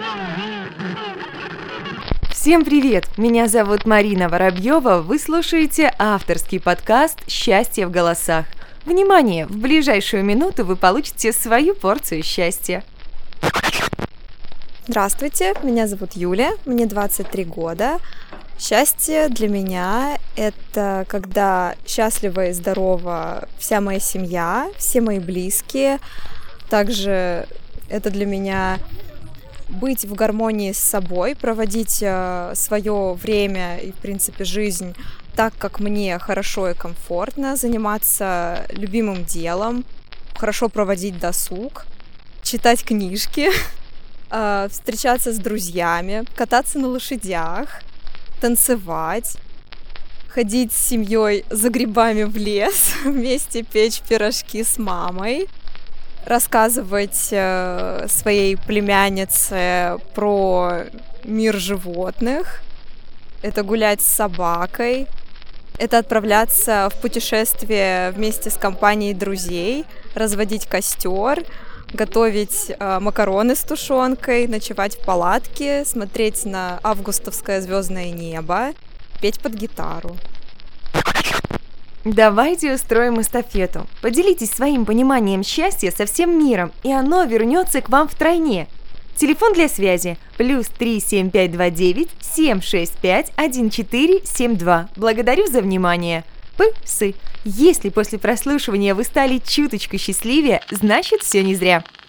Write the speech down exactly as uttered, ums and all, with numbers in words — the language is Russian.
Всем привет! Меня зовут Марина Воробьева. Вы слушаете авторский подкаст «Счастье в голосах». Внимание! В ближайшую минуту вы получите свою порцию счастья. Здравствуйте, меня зовут Юля, мне двадцать три года. Счастье для меня — это когда счастлива и здорова вся моя семья, все мои близкие. Также это для меня быть в гармонии с собой, проводить свое время и, в принципе, жизнь так, как мне хорошо и комфортно, заниматься любимым делом, хорошо проводить досуг, читать книжки, встречаться с друзьями, кататься на лошадях, танцевать, ходить с семьей за грибами в лес, вместе печь пирожки с мамой, рассказывать своей племяннице про мир животных, это гулять с собакой, это отправляться в путешествие вместе с компанией друзей, разводить костер, готовить э, макароны с тушенкой, ночевать в палатке, смотреть на августовское звездное небо, петь под гитару. Давайте устроим эстафету. Поделитесь своим пониманием счастья со всем миром, и оно вернется к вам втройне. Телефон для связи плюс три семь пять два девять семь шесть пять один четыре семь два. Благодарю за внимание. П-сы. Если после прослушивания вы стали чуточку счастливее, значит все не зря.